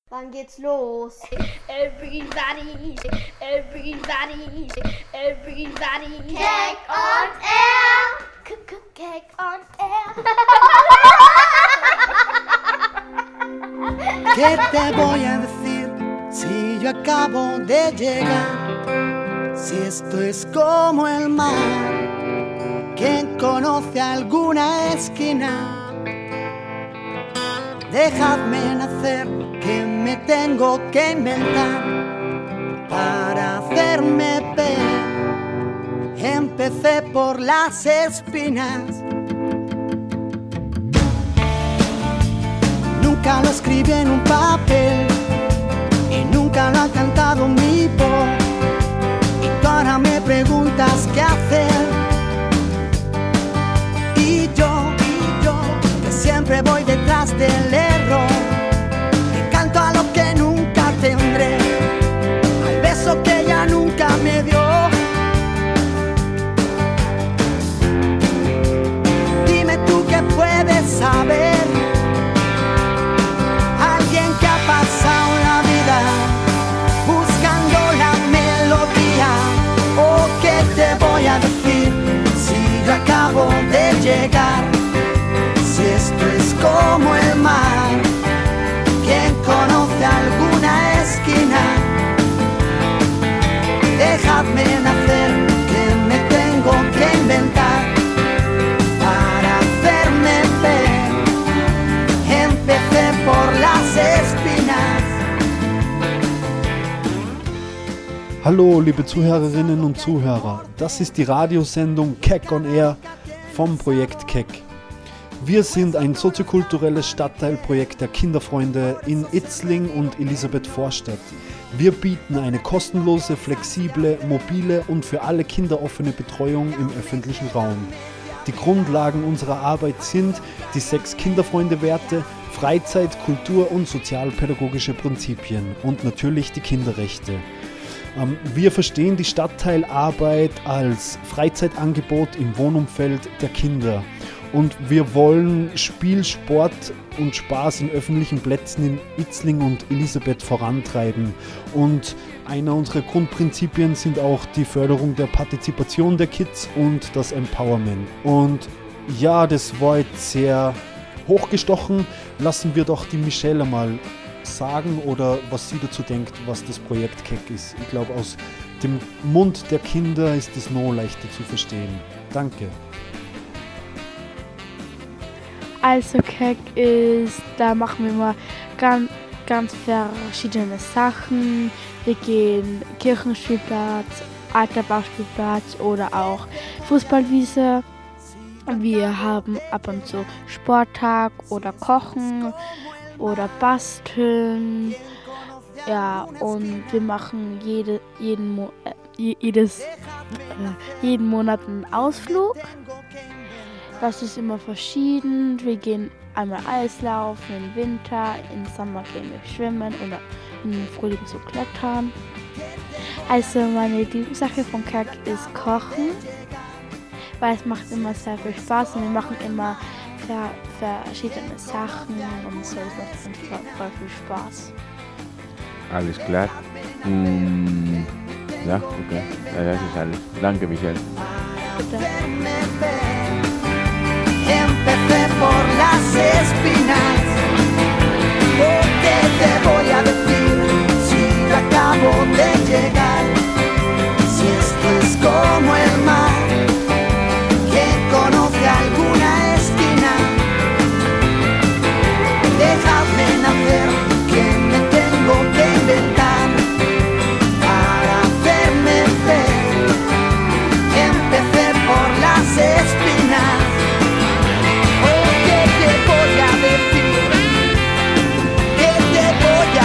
Wann geht's los? Everybody, Cake on air! Cake on air. ¿Qué te voy a decir si yo acabo de llegar? Si esto es como el mar, ¿quién conoce alguna esquina? Dejadme nacer, que me tengo que inventar para hacerme ver. Empecé por las espinas. Nunca lo escribí en un papel y nunca lo ha cantado mi voz. Y tú ahora me preguntas qué hacer. Y yo, que siempre voy detrás del error, que canto a lo que nunca tendré, al beso que ella nunca me dio. Dime tú qué puedes saber, alguien que ha pasado la vida buscando la melodía. Oh, ¿qué te voy a decir si yo acabo de llegar? Si esto es como el mar, ¿quién conoce alguna esquina? Dejadme nacer, que me tengo que inventar para hacerme ver. Empecé por las espinas. Hallo liebe Zuhörerinnen und Zuhörer, das ist die Radiosendung Cake on Air vom Projekt Keck. Wir sind ein soziokulturelles Stadtteilprojekt der Kinderfreunde in Itzling und Elisabeth-Vorstadt. Wir bieten eine kostenlose, flexible, mobile und für alle Kinder offene Betreuung im öffentlichen Raum. Die Grundlagen unserer Arbeit sind die 6 Kinderfreunde-Werte, Freizeit-, Kultur- und sozialpädagogische Prinzipien und natürlich die Kinderrechte. Wir verstehen die Stadtteilarbeit als Freizeitangebot im Wohnumfeld der Kinder. Und wir wollen Spiel, Sport und Spaß in öffentlichen Plätzen in Itzling und Elisabeth vorantreiben. Und einer unserer Grundprinzipien sind auch die Förderung der Partizipation der Kids und das Empowerment. Und ja, das war jetzt sehr hochgestochen. Lassen wir doch die Michelle mal sagen oder was sie dazu denkt, was das Projekt Keck ist. Ich glaube, aus dem Mund der Kinder ist es noch leichter zu verstehen. Danke. Also Keck ist, da machen wir immer ganz verschiedene Sachen. Wir gehen Kirchenspielplatz, alter Bauspielplatz oder auch Fußballwiese. Wir haben ab und zu Sporttag oder Kochen oder Basteln. Ja, und wir machen jeden Monat einen Ausflug. Das ist immer verschieden. Wir gehen einmal Eislaufen im Winter, im Sommer gehen wir schwimmen oder im Frühling so klettern. Also meine Lieblingssache von Keck ist Kochen, weil es macht immer sehr viel Spaß und wir machen immer verschiedene Sachen und so, es macht voll viel Spaß. Alles klar. Ja, okay. Ja, das ist alles. Danke, Michelle. Bitte. Empecé por las espinas. Oh, ¿qué te voy a decir si yo acabo de llegar? Si esto es como el mar, ¿quién conoce alguna esquina? Dejadme nacer, que me tengo que inventar para hacerme ver. Empecé por las espinas. ¿Qué te voy a decir? ¿Qué te voy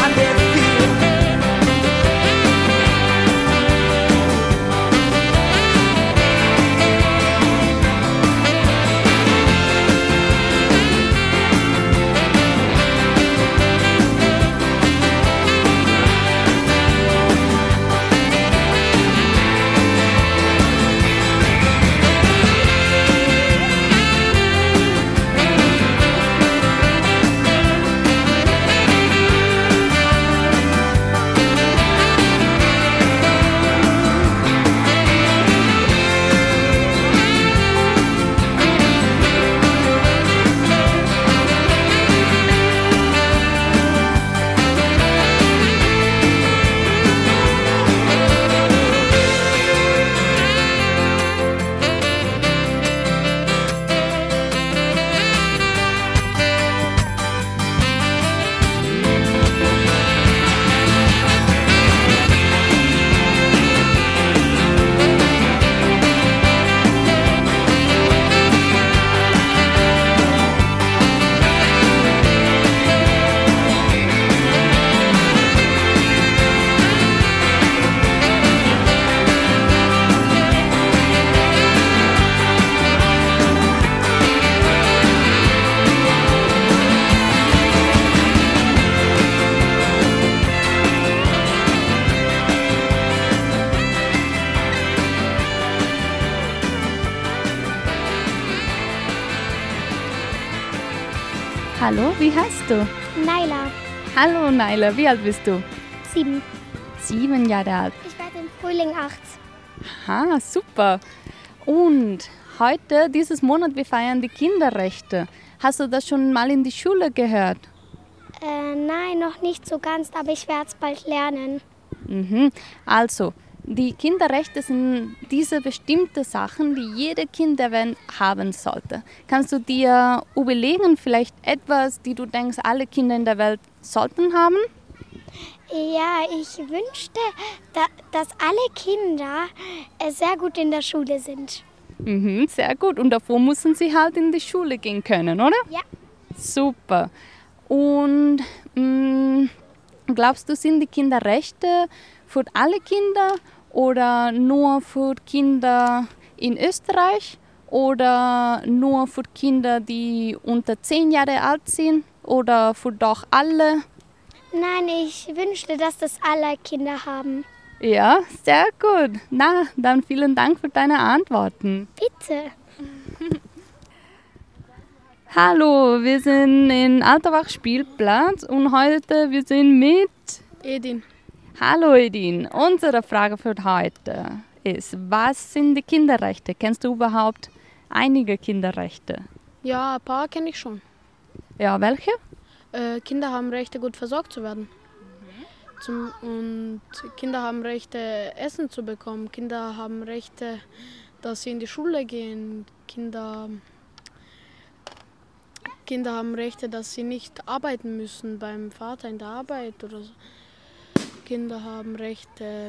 Hallo, wie heißt du? Naila, Hallo Naila, wie alt bist du? 7. 7 Jahre alt. Ich werde im Frühling 8. Aha, super. Und heute, dieses Monat, wir feiern die Kinderrechte. Hast du das schon mal in die Schule gehört? Nein, noch nicht so ganz, aber ich werde es bald lernen. Also, die Kinderrechte sind diese bestimmten Sachen, die jeder Kind der Welt haben sollte. Kannst du dir überlegen, vielleicht etwas, die du denkst, alle Kinder in der Welt sollten haben? Ja, ich wünschte, dass alle Kinder sehr gut in der Schule sind. Sehr gut. Und davor müssen sie halt in die Schule gehen können, oder? Ja. Super. Und glaubst du, sind die Kinderrechte für alle Kinder oder nur für Kinder in Österreich oder nur für Kinder, die unter 10 Jahre alt sind oder für doch alle? Nein, ich wünschte, dass das alle Kinder haben. Ja, sehr gut. Na, dann vielen Dank für deine Antworten. Bitte. Hallo, wir sind in Alterbach Spielplatz und heute wir sind mit Edin. Hallo Edin, unsere Frage für heute ist, was sind die Kinderrechte? Kennst du überhaupt einige Kinderrechte? Ja, ein paar kenne ich schon. Ja, welche? Kinder haben Rechte, gut versorgt zu werden. Und Kinder haben Rechte, Essen zu bekommen. Kinder haben Rechte, dass sie in die Schule gehen. Kinder haben Rechte, dass sie nicht arbeiten müssen beim Vater in der Arbeit oder so. Kinder haben Rechte.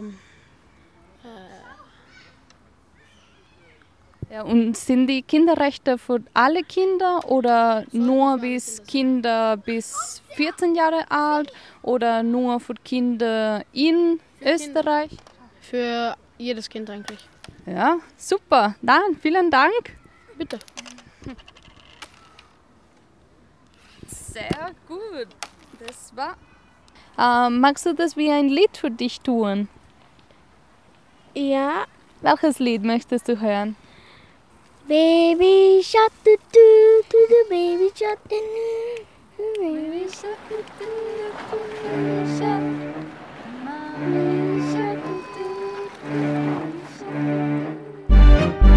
Ja, und sind die Kinderrechte für alle Kinder oder nur bis Kinder bis 14 Jahre alt oder nur für Kinder in Österreich? Für jedes Kind eigentlich. Ja, super. Dann vielen Dank. Bitte. Sehr gut. Das war. Magst du das wie ein Lied für dich tun? Ja. Welches Lied möchtest du hören? Baby shark, do do do do, baby shark, do do, baby shark, do do do, baby shark, baby shark, do do, baby shark.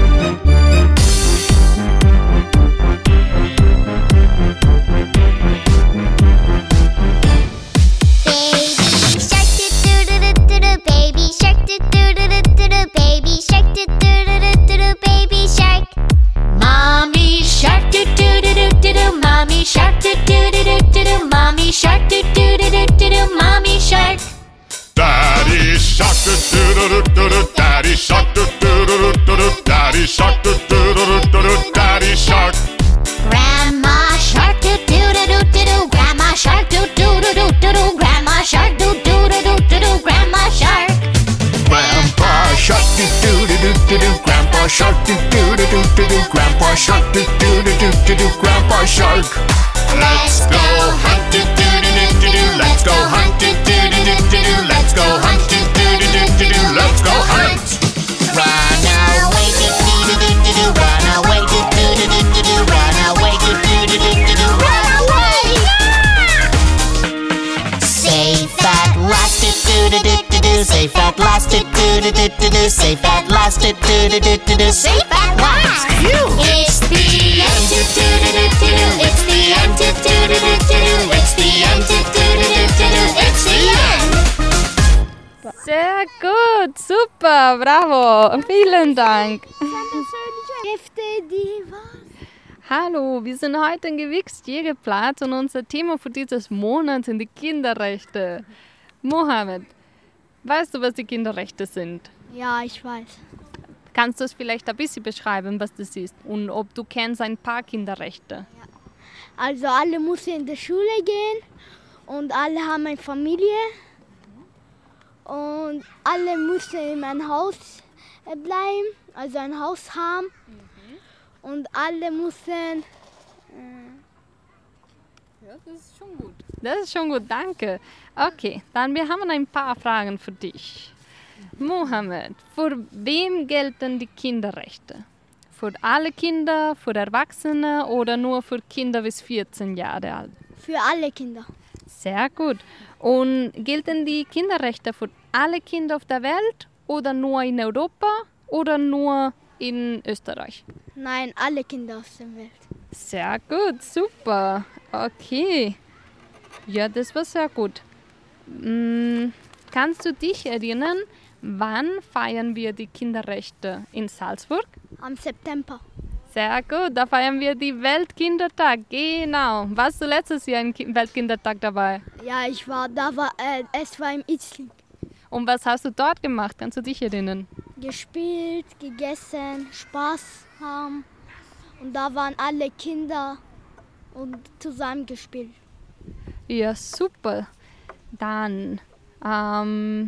Baby shark, do do do do do do, baby shark, do do do do do do, baby shark. Mommy shark, do do do do do do, mommy shark, do do do do do do, mommy shark, do do do do do do, mommy shark. Daddy shark, do do do do do, daddy shark, do do do do do, daddy shark, do do do do do, daddy shark. Grandma shark, do do do do do do, grandma shark, do do do do do do, grandma shark, do do do do do do, grandma shark. Grandpa shark, do do do do do do, grandpa shark, do do do do do do, grandpa shark, do do do do do do, grandpa shark. Let's go hunt, do do do do do do, let's go hunt, do do do do do do, let's go hunt, do do do do do do, let's go hunt. Run away, do do do do do do, run away, do do do do do do, run away, do do do do do do, run away. Safe at last, do do do do do do, safe at last, do do do do do do, safe at last, do do do do do do, safe at last. It's the end, do do do do do do, it's the end, do do do do do do, it's the end, do do do do do do, it's the end. Sehr gut, super, bravo, vielen Dank. Hallo, wir sind heute in Gewichsjägerplatz und unser Thema für dieses Monat sind die Kinderrechte. Mohammed, weißt du, was die Kinderrechte sind? Ja, ich weiß. Kannst du es vielleicht ein bisschen beschreiben, was das ist und ob du kennst ein paar Kinderrechte? Also alle müssen in die Schule gehen und alle haben eine Familie und alle müssen in einem Haus bleiben, also ein Haus haben und alle müssen... Ja, das ist schon gut. Das ist schon gut, danke. Okay, dann wir haben ein paar Fragen für dich. Mohammed, für wem gelten die Kinderrechte? für alle Kinder, für Erwachsene oder nur für Kinder bis 14 Jahre alt? Für alle Kinder. Sehr gut. Und gelten die Kinderrechte für alle Kinder auf der Welt oder nur in Europa oder nur in Österreich? Nein, alle Kinder aus der Welt. Sehr gut, super. Okay. Ja, das war sehr gut. Kannst du dich erinnern, wann feiern wir die Kinderrechte in Salzburg? Am September. Sehr gut, da feiern wir die Weltkindertag. Genau. Warst du letztes Jahr im Weltkindertag dabei? Ja, ich war da, es war im Itzling. Und was hast du dort gemacht? Kannst du dich erinnern? Gespielt, gegessen, Spaß haben. Und da waren alle Kinder und zusammen gespielt. Ja, super. Dann eine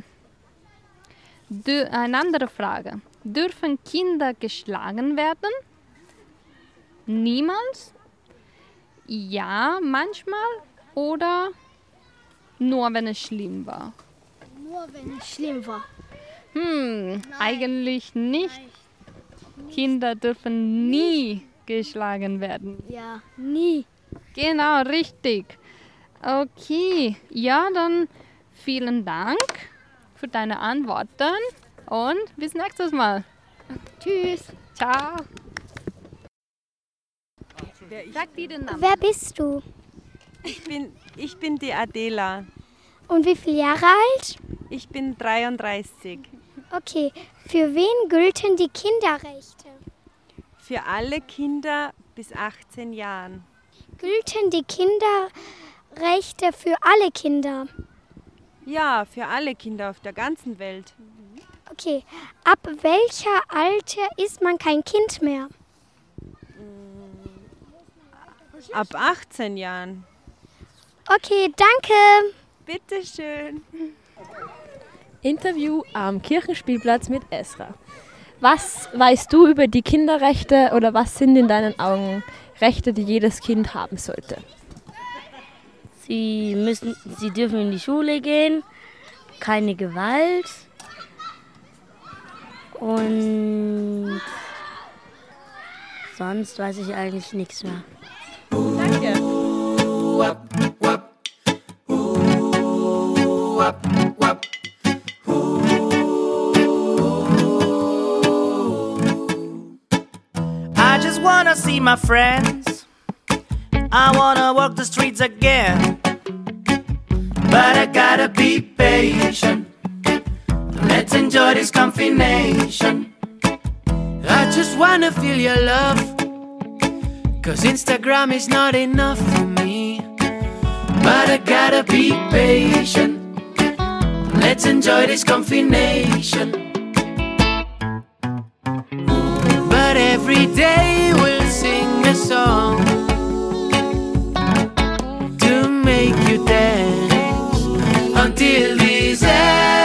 andere Frage. Dürfen Kinder geschlagen werden? Niemals? Ja, manchmal oder nur wenn es schlimm war? Nur wenn es schlimm war. Eigentlich nicht. Kinder dürfen nie geschlagen werden. Ja, nie. Genau, richtig. Okay, ja, dann vielen Dank für deine Antworten und bis nächstes Mal. Tschüss. Ciao. Sag dir den Namen. Wer bist du? Ich bin die Adela. Und wie viele Jahre alt? Ich bin 33. Okay, für wen gelten die Kinderrechte? Für alle Kinder bis 18 Jahren. Gelten die Kinderrechte für alle Kinder? Ja, für alle Kinder auf der ganzen Welt. Okay, ab welcher Alter ist man kein Kind mehr? Ab 18 Jahren. Okay, danke. Bitteschön. Interview am Kirchenspielplatz mit Esra. Was weißt du über die Kinderrechte oder was sind in deinen Augen Rechte, die jedes Kind haben sollte? Sie dürfen in die Schule gehen, keine Gewalt und sonst weiß ich eigentlich nichts mehr. Danke. I just wanna see my friends. I wanna walk the streets again. But I gotta be patient. Let's enjoy this combination. I just wanna feel your love. 'Cause Instagram is not enough for me. But I gotta be patient. Let's enjoy this combination. But every day we'll sing a song to make you dance until this end.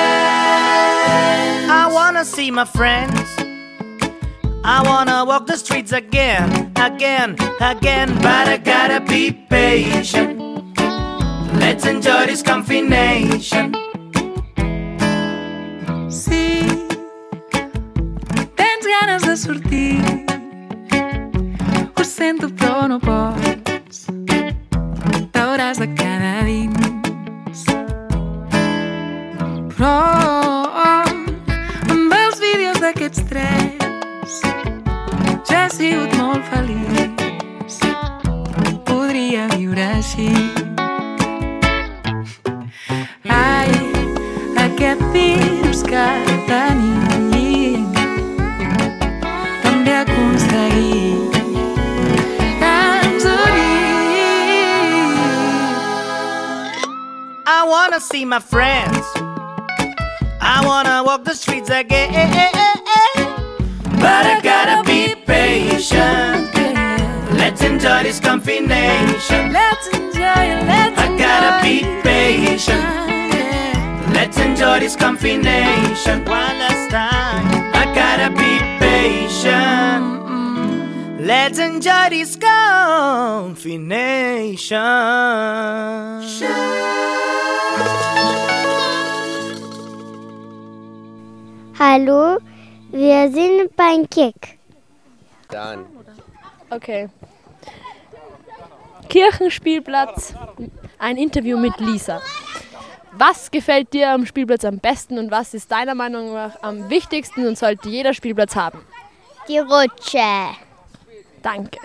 I wanna see my friends. I wanna walk the streets again, again, again. But I gotta be patient. Let's enjoy this combination. Sí, tens ganes de sortir, ho sento però no pots, t'hauràs de quedar dins. Però amb els vídeos d'aquests tres ja he sigut molt feliç, podria viure així. Ai, aquest virus que tenim també aconseguit que ens unim. I wanna see my friends. I wanna walk the streets again. But I gotta be patient. Let's enjoy this combination. Let's enjoy it, let's I gotta be patient. Let's enjoy this combination. One last time. I gotta be patient. Let's enjoy this combination. Hallo, wir sind beim Kick. dann. Okay. Kirchenspielplatz, ein Interview mit Lisa. Was gefällt dir am Spielplatz am besten und was ist deiner Meinung nach am wichtigsten und sollte jeder Spielplatz haben? Die Rutsche. Danke.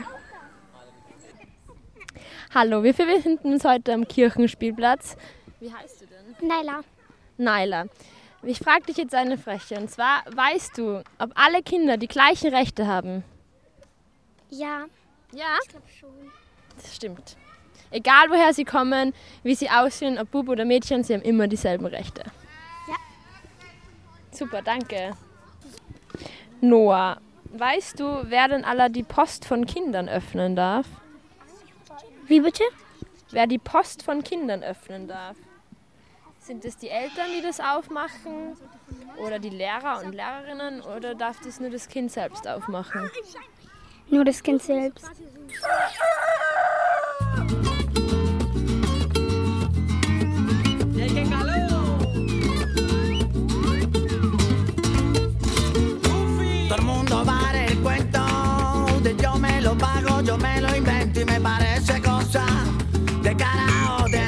Hallo, wir befinden uns heute am Kirchenspielplatz. Wie heißt du denn? Naila. Naila. Ich frage dich jetzt eine Freche. Und zwar, weißt du, ob alle Kinder die gleichen Rechte haben? Ja. Ja? Ich glaube schon. Das stimmt. Egal woher sie kommen, wie sie aussehen, ob Bub oder Mädchen, sie haben immer dieselben Rechte. Ja. Super, danke. Noah, weißt du, wer denn aller die Post von Kindern öffnen darf? Wie bitte? Wer die Post von Kindern öffnen darf? Sind es die Eltern, die das aufmachen? Oder die Lehrer und Lehrerinnen? Oder darf das nur das Kind selbst aufmachen? Nur das Kind selbst. Todo el mundo vale el cuento de yo me lo pago, yo me lo invento y me parece cosa de carajote,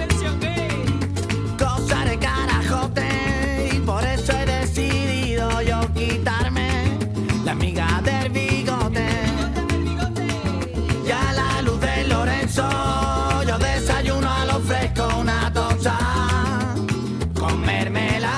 cosa de carajote, y por eso he decidido yo quitarme la miga del bigote. Y a la luz de Lorenzo yo desayuno a lo fresco una tosta con mermelada.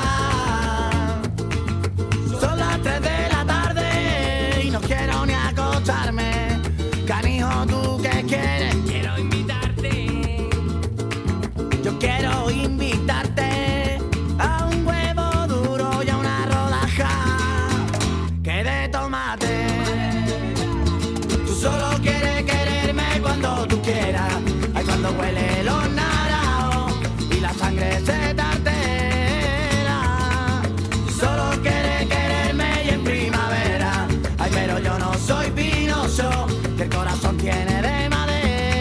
Son las 3 de la tarde y no quiero ni acostarme. Canijo, ¿tú qué quieres? Quiero invitarte. Yo quiero invitarte a un huevo duro y a una rodaja que de tomate. Tú solo quieres quererme cuando tú quieras. Ay, cuando huele los naranjos y la sangre se tartera. Tú solo quieres quererme y en primavera. Ay, pero yo no soy pinoso, que el corazón tiene de madera.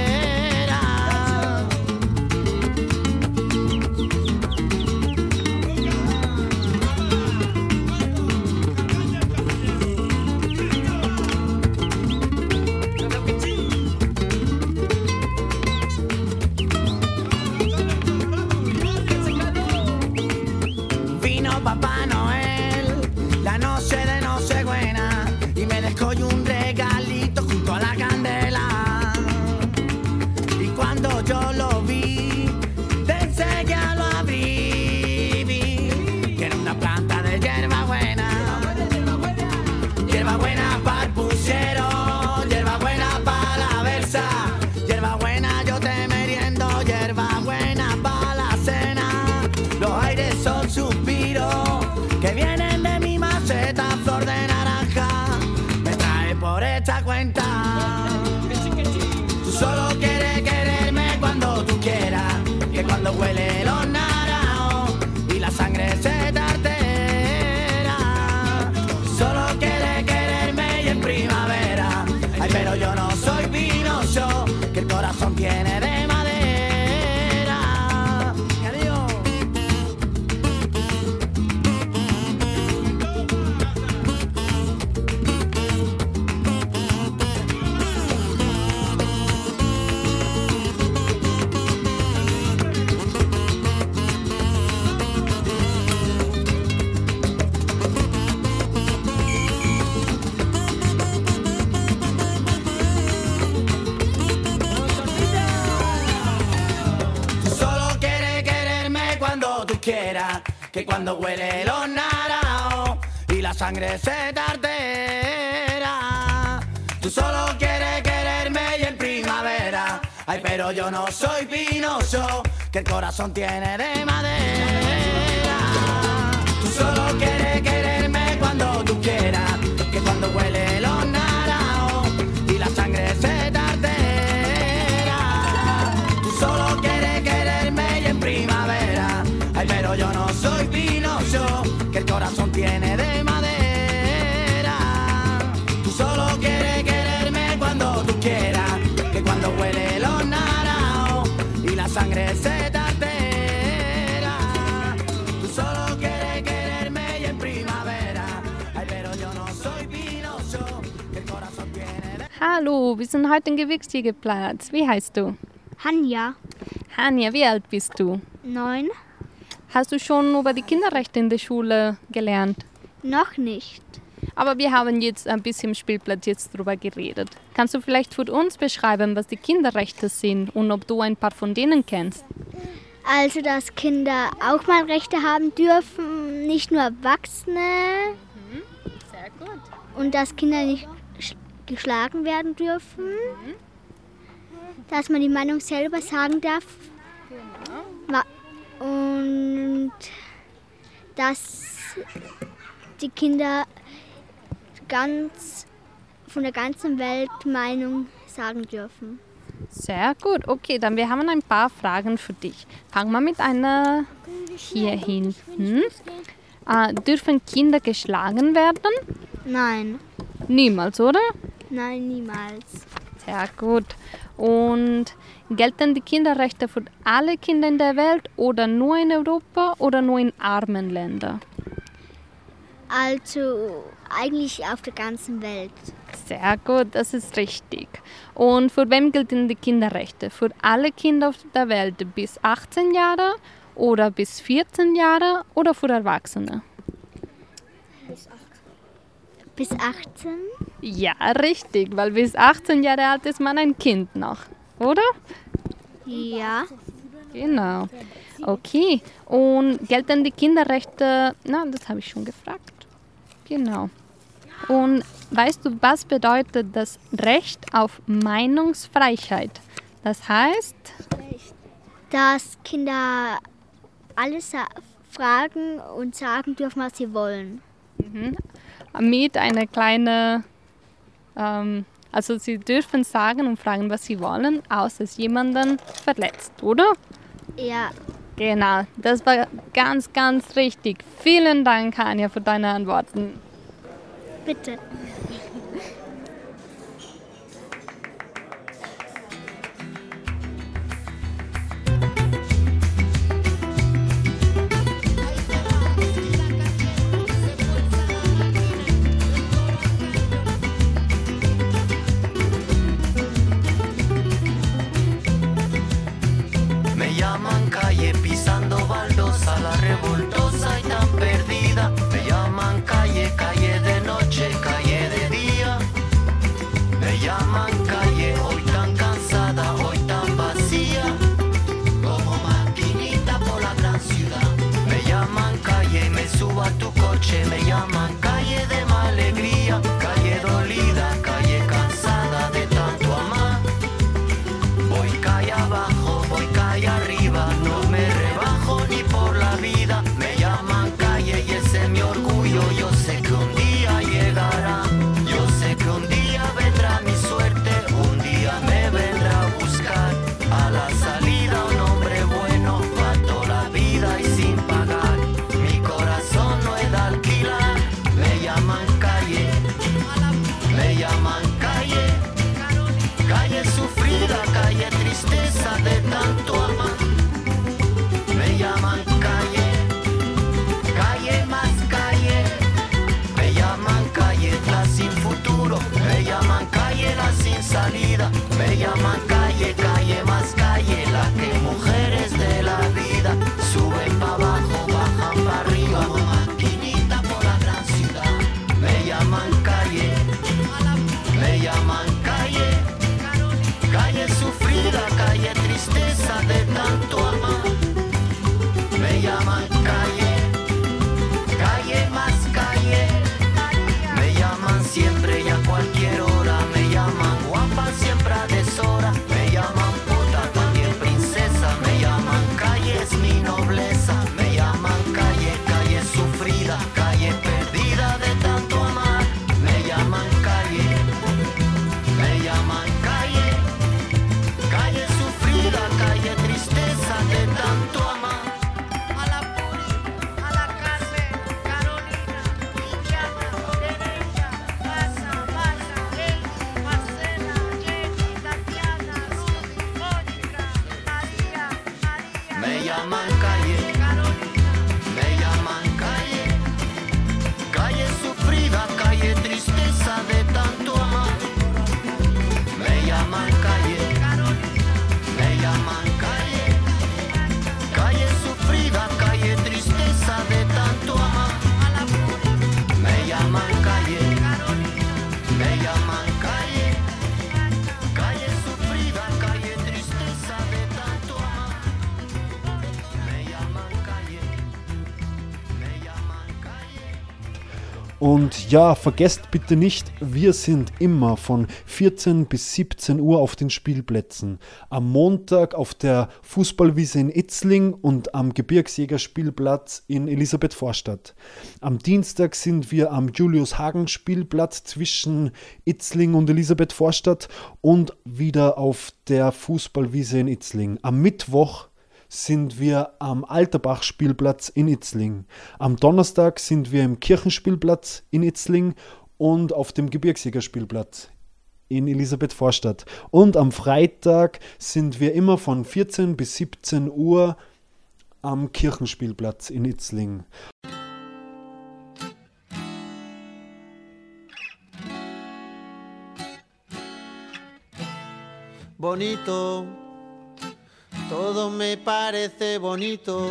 Vino Papá Noel, la noche de Nochebuena, y me dejó yo un regalito junto a la candela. Y cuando yo lo vi, pensé que ya lo abrí, vi que era una planta de hierbabuena. Hierbabuena para el puchero, hierbabuena para la versa, hierbabuena yo te meriendo, hierbabuena para la cena. Los aires son suspiros que vienen de mi maceta, flor de naranja, me trae por esta cuenta. Tú solo quieres quererme cuando tú quieras, que cuando huele los naranjos y la sangre se tartera. Tú solo quieres quererme y en primavera. Ay, pero yo no soy vinoso, que el corazón tiene de madera. Y adiós. Tú solo quieres quererme cuando tú quieras, que cuando huele los naranjos y la sangre se tartera. Tú solo quieres quererme y en primavera. Ay, pero yo no soy pinoso, que el corazón tiene de madera. Tú solo quieres quererme cuando tú quieras, que cuando huele los naranjos y la sangre se tartera. Tú solo quieres quererme y en primavera. Ay, pero yo no soy pinoso, que el corazón tiene de madera. Tú solo quieres quererme cuando tú quieras, que cuando huele los naranjos y la sangre se tartera. Tú solo quieres quererme y en primavera. Ay, pero yo no soy pinoso, que el corazón Hallo, wir sind heute im Gewichtsjägerplatz. Wie heißt du? Hanja. Hanja, wie alt bist du? 9. Hast du schon über die Kinderrechte in der Schule gelernt? Noch nicht. Aber wir haben jetzt ein bisschen im Spielplatz jetzt drüber geredet. Kannst du vielleicht für uns beschreiben, was die Kinderrechte sind und ob du ein paar von denen kennst? Also, dass Kinder auch mal Rechte haben dürfen, nicht nur Erwachsene. Sehr gut. Und dass Kinder nicht geschlagen werden dürfen. Dass man die Meinung selber sagen darf. Genau. Und dass die Kinder von der ganzen Welt Meinung sagen dürfen. Sehr gut. Okay, dann wir haben ein paar Fragen für dich. Fangen wir mit einer hier hinten. Dürfen Kinder geschlagen werden? Nein. Niemals, oder? Nein, niemals. Sehr gut. Und gelten die Kinderrechte für alle Kinder in der Welt oder nur in Europa oder nur in armen Ländern? Also eigentlich auf der ganzen Welt. Sehr gut, das ist richtig. Und für wen gelten die Kinderrechte? Für alle Kinder auf der Welt bis 18 Jahre oder bis 14 Jahre oder für Erwachsene? Bis 18? Ja, richtig, weil bis 18 Jahre alt ist man ein Kind noch, oder? Ja. Genau. Okay, und gelten die Kinderrechte, das habe ich schon gefragt. Genau. Und weißt du, was bedeutet das Recht auf Meinungsfreiheit? Das heißt, dass Kinder alles fragen und sagen dürfen, was sie wollen. Mit einer kleinen, also sie dürfen sagen und fragen, was sie wollen, außer es jemanden verletzt, oder? Ja. Genau, das war ganz, ganz richtig. Vielen Dank, Anja, für deine Antworten. Bitte. Me llaman calle pisando baldosa, la revoltosa y tan perdida. Me llaman calle, calle de noche, calle de día. Me llaman calle, hoy tan cansada, hoy tan vacía. Como maquinita por la gran ciudad. Me llaman calle y me subo a tu coche. Me llaman calle de mala alegría, calle dolida, calle cansada de tanto amar. Voy calle abajo, voy calle arriba, no me rebajo ni por la vida. Me llaman calle y ese es mi orgullo. Yo sé que un día llegará, yo sé que un día vendrá mi suerte, un día me vendrá a buscar. A la salida un hombre bueno, pa' toda la vida y sin pagar. Mi corazón no es de alquilar. Me llaman calle, me llaman calle. Calle sufrida, calle tristeza de tanto amar. Me llaman calle, calle más calle. Me llaman calle la sin futuro. Me llaman calle la sin salida. Me llaman calle, calle más calle. La que mujeres de la vida suben pa' abajo, bajan pa' arriba. Como maquinita por la gran ciudad. Me llaman calle, me llaman calle. Calle sufrida, calle tristeza de tanto amar. Me llaman calle, calle más calle. Me llaman siempre y a cualquier hora. Me llaman guapa siempre a deshora. Me llaman puta, también princesa. Me llaman calle, es mi nobleza. Me llaman calle, calle sufrida, calle perdida de tanto amar. Me llaman calle, me llaman calle. Calle sufrida, calle tristeza de tanto amar. Und ja, vergesst bitte nicht, wir sind immer von 14 bis 17 Uhr auf den Spielplätzen. Am Montag auf der Fußballwiese in Itzling und am Gebirgsjägerspielplatz in Elisabethvorstadt. Am Dienstag sind wir am Julius-Hagen-Spielplatz zwischen Itzling und Elisabethvorstadt und wieder auf der Fußballwiese in Itzling. Am Mittwoch sind wir am Alterbach-Spielplatz in Itzling. Am Donnerstag sind wir im Kirchenspielplatz in Itzling und auf dem Gebirgsjägerspielplatz in Elisabethvorstadt. Und am Freitag sind wir immer von 14 bis 17 Uhr am Kirchenspielplatz in Itzling. Bonito. Todo me parece bonito.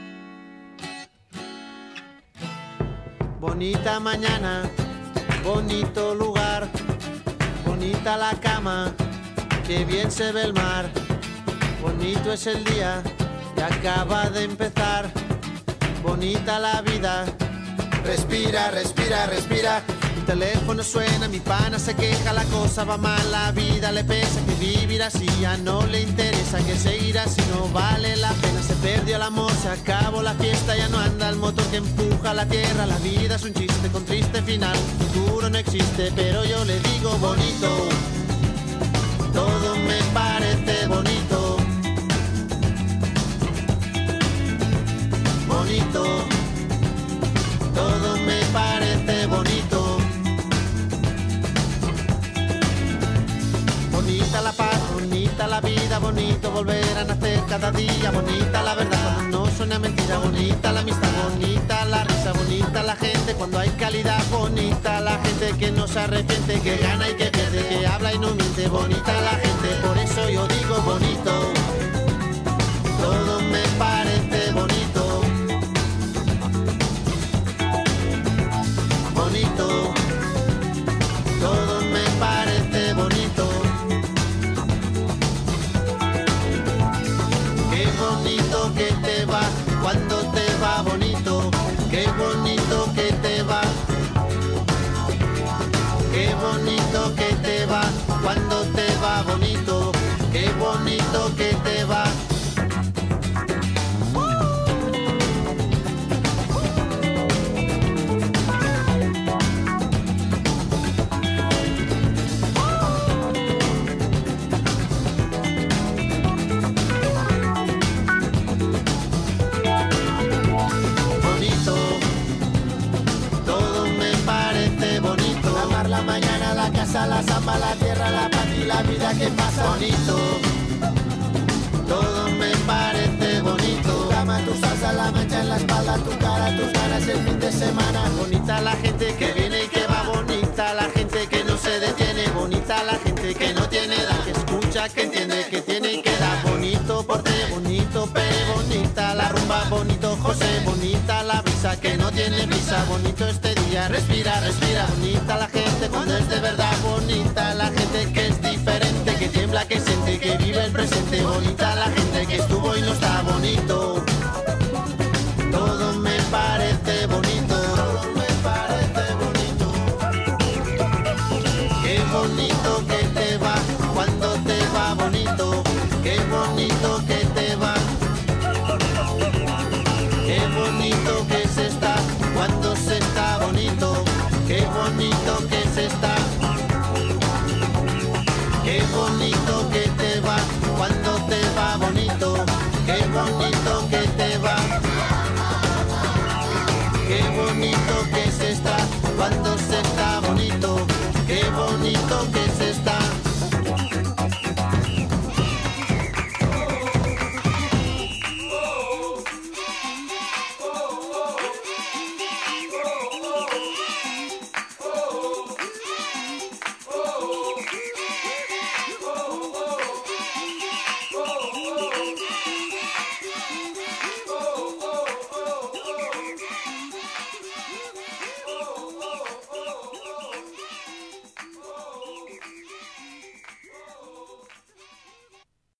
Bonita mañana, bonito lugar, bonita la cama, que bien se ve el mar. Bonito es el día que acaba de empezar. Bonita la vida. Respira, respira, respira. Mi teléfono suena, mi pana se queja, la cosa va mal, la vida le pesa, que vivir así ya no le interesa, que seguir así no vale la pena, se perdió el amor, se acabó la fiesta, ya no anda el motor que empuja la tierra, la vida es un chiste con triste final, futuro no existe, pero yo le digo bonito, todo me parece bonito, bonito, todo me parece bonito. Bonita la paz, bonita la vida, bonito volver a nacer cada día, bonita la verdad cuando no suena mentira, bonita la amistad, bonita la risa, bonita la gente cuando hay calidad, bonita la gente que no se arrepiente, que gana y que pierde, que habla y no miente, bonita la gente, por eso yo digo bonito, todo me parece bonito, bonito, todo me parece bonito. Bonito que te va, cuando te va bonito, qué bonito que te va, qué bonito que te va, cuando te va bonito, qué bonito que te va. La mañana, la casa, la samba, la tierra, la paz y la vida que pasa. Bonito, todo me parece bonito. Tu cama, tu salsa, la mancha en la espalda, tu cara, tus ganas el fin de semana. Bonita la gente que viene y que va, bonita la gente que no se detiene, bonita la gente que no tiene edad, que escucha, que entiende, que tiene y que da. Bonito porte, bonito pere, bonita la rumba, bonito José, bonita la brisa que no tiene prisa, bonito este día, respira, respira, bonita la gente cuando es de verdad, bonita la gente que es diferente, que tiembla, que siente, que vive el presente, bonita la gente que estuvo y no está bonito, todo me parece bonito, todo me parece bonito, qué bonito que te va, cuando te va bonito, qué bonito que te va, qué bonito que se está, cuando se está bonito, qué bonito que se está, qué bonito que te va, cuando te va bonito, qué bonito.